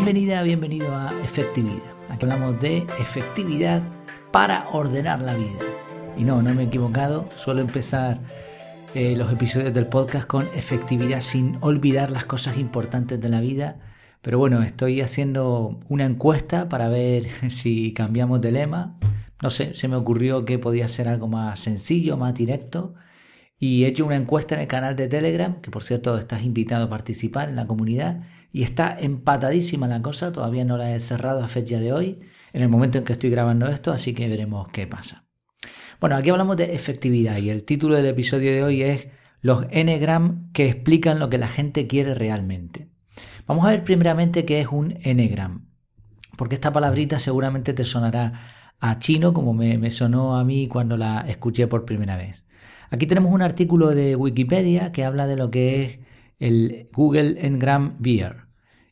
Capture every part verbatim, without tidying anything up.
Bienvenida, bienvenido a Efectividad. Aquí hablamos de efectividad para ordenar la vida. Y no, no me he equivocado, suelo empezar eh, los episodios del podcast con efectividad sin olvidar las cosas importantes de la vida. Pero bueno, estoy haciendo una encuesta para ver si cambiamos de lema. No sé, se me ocurrió que podía ser algo más sencillo, más directo. Y he hecho una encuesta en el canal de Telegram, que por cierto estás invitado a participar en la comunidad. Y está empatadísima la cosa, todavía no la he cerrado a fecha de hoy, en el momento en que estoy grabando esto, así que veremos qué pasa. Bueno, aquí hablamos de efectividad y el título del episodio de hoy es los Enneagram que explican lo que la gente quiere realmente. Vamos a ver primeramente qué es un Enneagram, porque esta palabrita seguramente te sonará a chino como me, me sonó a mí cuando la escuché por primera vez. Aquí tenemos un artículo de Wikipedia que habla de lo que es el Google Ngram Beer.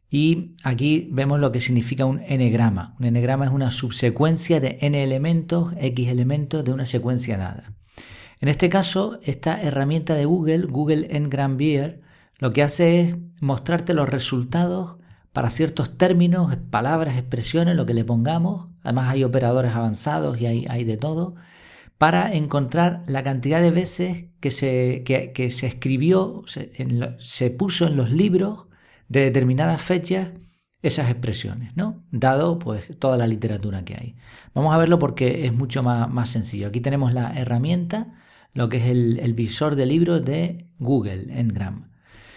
Y aquí vemos lo que significa un enegrama. Un enegrama es una subsecuencia de n elementos, x elementos de una secuencia dada. En este caso, esta herramienta de Google, Google Ngram Beer, lo que hace es mostrarte los resultados para ciertos términos, palabras, expresiones, lo que le pongamos. Además hay operadores avanzados y hay, hay de todo, para encontrar la cantidad de veces que se, que, que se escribió, se, en lo, se puso en los libros de determinadas fechas esas expresiones, ¿no? Dado pues toda la literatura que hay. Vamos a verlo porque es mucho más, más sencillo. Aquí tenemos la herramienta, lo que es el, el visor de libros de Google Ngram.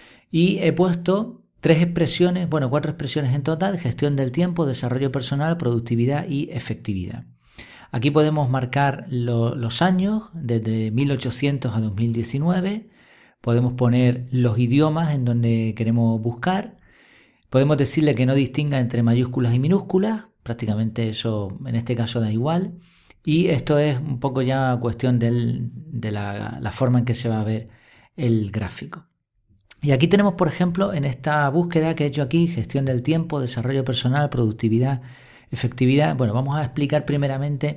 Y he puesto tres expresiones, bueno, cuatro expresiones en total: gestión del tiempo, desarrollo personal, productividad y efectividad. Aquí podemos marcar lo, los años, desde mil ochocientos a dos mil diecinueve. Podemos poner los idiomas en donde queremos buscar. Podemos decirle que no distinga entre mayúsculas y minúsculas. Prácticamente eso en este caso da igual. Y esto es un poco ya cuestión del, de la, la forma en que se va a ver el gráfico. Y aquí tenemos, por ejemplo, en esta búsqueda que he hecho aquí, gestión del tiempo, desarrollo personal, productividad, efectividad. Bueno, vamos a explicar primeramente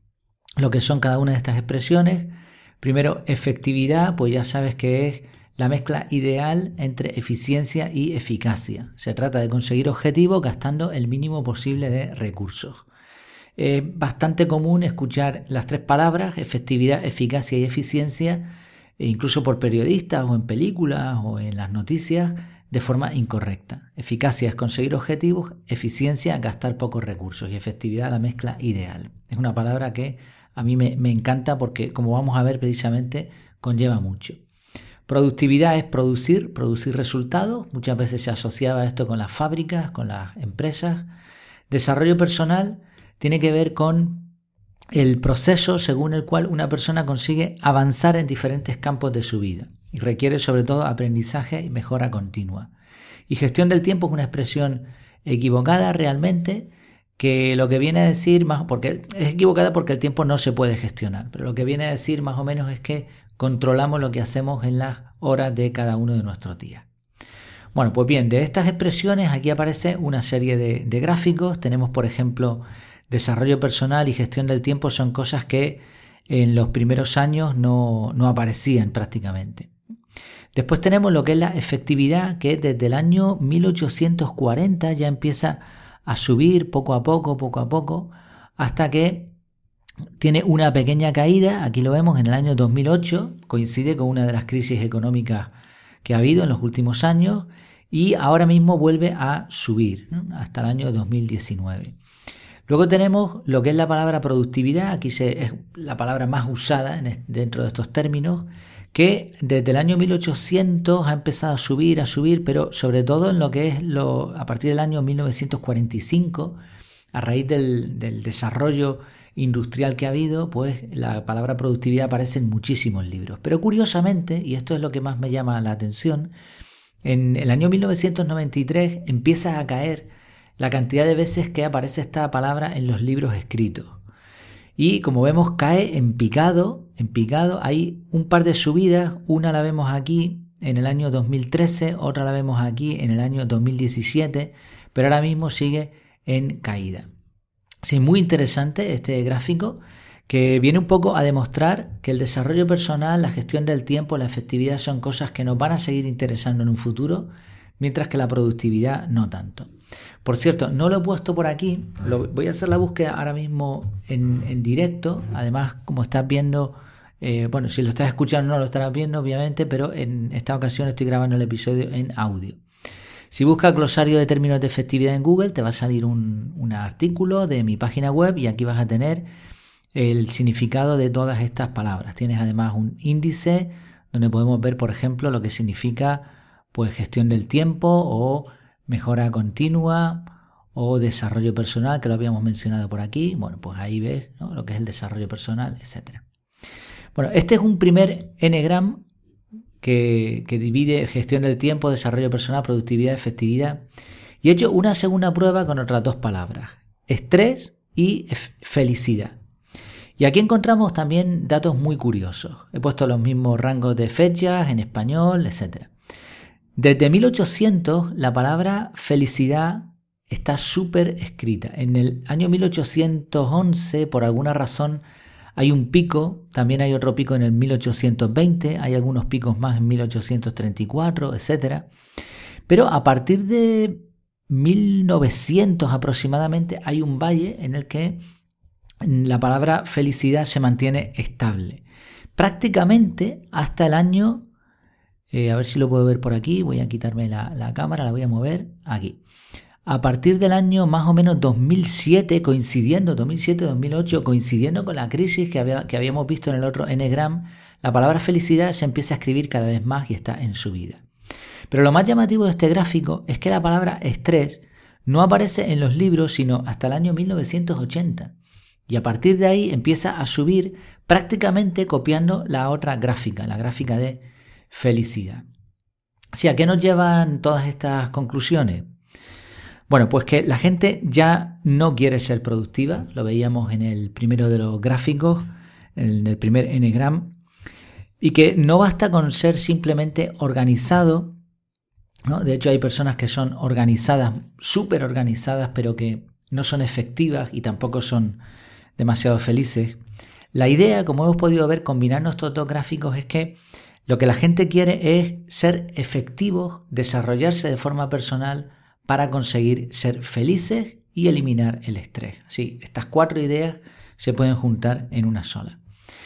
lo que son cada una de estas expresiones. Primero, efectividad, pues ya sabes que es la mezcla ideal entre eficiencia y eficacia. Se trata de conseguir objetivos gastando el mínimo posible de recursos. Es bastante común escuchar las tres palabras, efectividad, eficacia y eficiencia, incluso por periodistas o en películas o en las noticias, de forma incorrecta. Eficacia es conseguir objetivos, eficiencia gastar pocos recursos y efectividad la mezcla ideal. Es una palabra que a mí me, me encanta porque, como vamos a ver precisamente, conlleva mucho. Productividad es producir, producir resultados. Muchas veces se asociaba esto con las fábricas, con las empresas. Desarrollo personal tiene que ver con el proceso según el cual una persona consigue avanzar en diferentes campos de su vida y requiere sobre todo aprendizaje y mejora continua. Y gestión del tiempo es una expresión equivocada realmente, que lo que viene a decir, más, porque es equivocada porque el tiempo no se puede gestionar, pero lo que viene a decir más o menos es que controlamos lo que hacemos en las horas de cada uno de nuestros días. Bueno, pues bien, de estas expresiones aquí aparece una serie de, de gráficos. Tenemos, por ejemplo, desarrollo personal y gestión del tiempo son cosas que en los primeros años no, no aparecían prácticamente. Después tenemos lo que es la efectividad, que desde el año mil ochocientos cuarenta ya empieza a subir poco a poco, poco a poco, hasta que tiene una pequeña caída. Aquí lo vemos en el año dos mil ocho, coincide con una de las crisis económicas que ha habido en los últimos años y ahora mismo vuelve a subir, ¿no? Hasta el año dos mil diecinueve. Luego tenemos lo que es la palabra productividad. Aquí se, es la palabra más usada en este, dentro de estos términos, que desde el año mil ochocientos ha empezado a subir, a subir, pero sobre todo en lo que es lo, a partir del año mil novecientos cuarenta y cinco, a raíz del, del desarrollo industrial que ha habido, pues la palabra productividad aparece en muchísimos libros. Pero curiosamente, y esto es lo que más me llama la atención, en el año mil novecientos noventa y tres empieza a caer la cantidad de veces que aparece esta palabra en los libros escritos. Y como vemos, cae en picado, en picado. Hay un par de subidas, una la vemos aquí en el año dos mil trece, otra la vemos aquí en el año dos mil diecisiete, pero ahora mismo sigue en caída. Sí, muy interesante este gráfico, que viene un poco a demostrar que el desarrollo personal, la gestión del tiempo, la efectividad son cosas que nos van a seguir interesando en un futuro, mientras que la productividad no tanto. Por cierto, no lo he puesto por aquí, lo, voy a hacer la búsqueda ahora mismo en, en directo. Además, como estás viendo, eh, bueno, si lo estás escuchando no lo estarás viendo obviamente, pero en esta ocasión estoy grabando el episodio en audio. Si buscas glosario de términos de efectividad en Google, te va a salir un, un artículo de mi página web y aquí vas a tener el significado de todas estas palabras. Tienes además un índice donde podemos ver, por ejemplo, lo que significa pues gestión del tiempo o mejora continua o desarrollo personal, que lo habíamos mencionado por aquí. Bueno, pues ahí ves, ¿no?, lo que es el desarrollo personal, etcétera. Bueno, este es un primer enegram que, que divide gestión del tiempo, desarrollo personal, productividad, efectividad. Y he hecho una segunda prueba con otras dos palabras, estrés y felicidad. Y aquí encontramos también datos muy curiosos. He puesto los mismos rangos de fechas en español, etcétera. Desde mil ochocientos la palabra felicidad está súper escrita. En el año mil ochocientos once, por alguna razón, hay un pico. También hay otro pico en el mil ochocientos veinte. Hay algunos picos más en mil ochocientos treinta y cuatro, etcétera. Pero a partir de mil novecientos aproximadamente hay un valle en el que la palabra felicidad se mantiene estable. Prácticamente hasta el año... Eh, a ver si lo puedo ver por aquí. Voy a quitarme la, la cámara, la voy a mover aquí. A partir del año más o menos dos mil siete, coincidiendo, dos mil siete dos mil ocho, coincidiendo con la crisis que, había, que habíamos visto en el otro enegram, la palabra felicidad se empieza a escribir cada vez más y está en subida. Pero lo más llamativo de este gráfico es que la palabra estrés no aparece en los libros sino hasta el año mil novecientos ochenta. Y a partir de ahí empieza a subir prácticamente copiando la otra gráfica, la gráfica de felicidad. ¿Sí? ¿A qué nos llevan todas estas conclusiones? Bueno, pues que la gente ya no quiere ser productiva, lo veíamos en el primero de los gráficos, en el primer enegram, y que no basta con ser simplemente organizado, ¿no? De hecho hay personas que son organizadas, súper organizadas, pero que no son efectivas y tampoco son demasiado felices. La idea, como hemos podido ver combinando estos dos gráficos, es que lo que la gente quiere es ser efectivos, desarrollarse de forma personal para conseguir ser felices y eliminar el estrés. Sí, estas cuatro ideas se pueden juntar en una sola.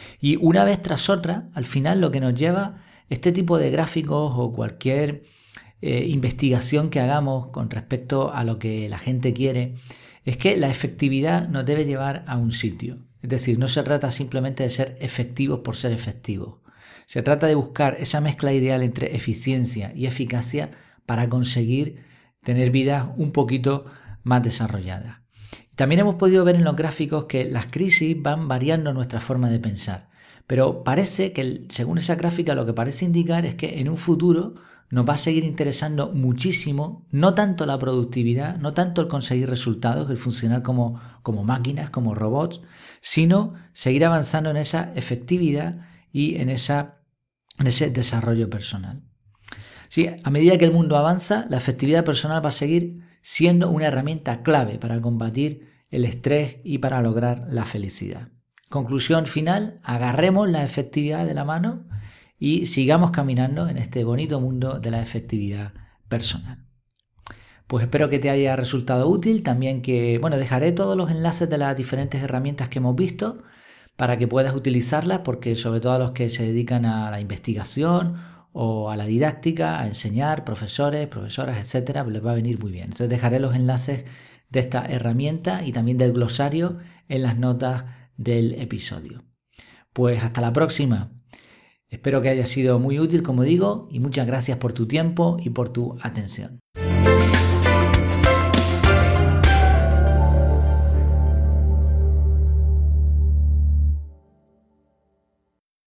Y una vez tras otra, al final lo que nos lleva este tipo de gráficos o cualquier eh, investigación que hagamos con respecto a lo que la gente quiere es que la efectividad nos debe llevar a un sitio. Es decir, no se trata simplemente de ser efectivos por ser efectivos. Se trata de buscar esa mezcla ideal entre eficiencia y eficacia para conseguir tener vidas un poquito más desarrolladas. También hemos podido ver en los gráficos que las crisis van variando nuestra forma de pensar, pero parece que, según esa gráfica, lo que parece indicar es que en un futuro nos va a seguir interesando muchísimo, no tanto la productividad, no tanto el conseguir resultados, el funcionar como, como máquinas, como robots, sino seguir avanzando en esa efectividad y en, esa, en ese desarrollo personal. Sí, a medida que el mundo avanza, la efectividad personal va a seguir siendo una herramienta clave para combatir el estrés y para lograr la felicidad. Conclusión final, agarremos la efectividad de la mano y sigamos caminando en este bonito mundo de la efectividad personal. Pues espero que te haya resultado útil, también que, bueno, dejaré todos los enlaces de las diferentes herramientas que hemos visto para que puedas utilizarlas, porque sobre todo a los que se dedican a la investigación o a la didáctica, a enseñar, profesores, profesoras, etcétera, les va a venir muy bien. Entonces dejaré los enlaces de esta herramienta y también del glosario en las notas del episodio. Pues hasta la próxima. Espero que haya sido muy útil, como digo, y muchas gracias por tu tiempo y por tu atención.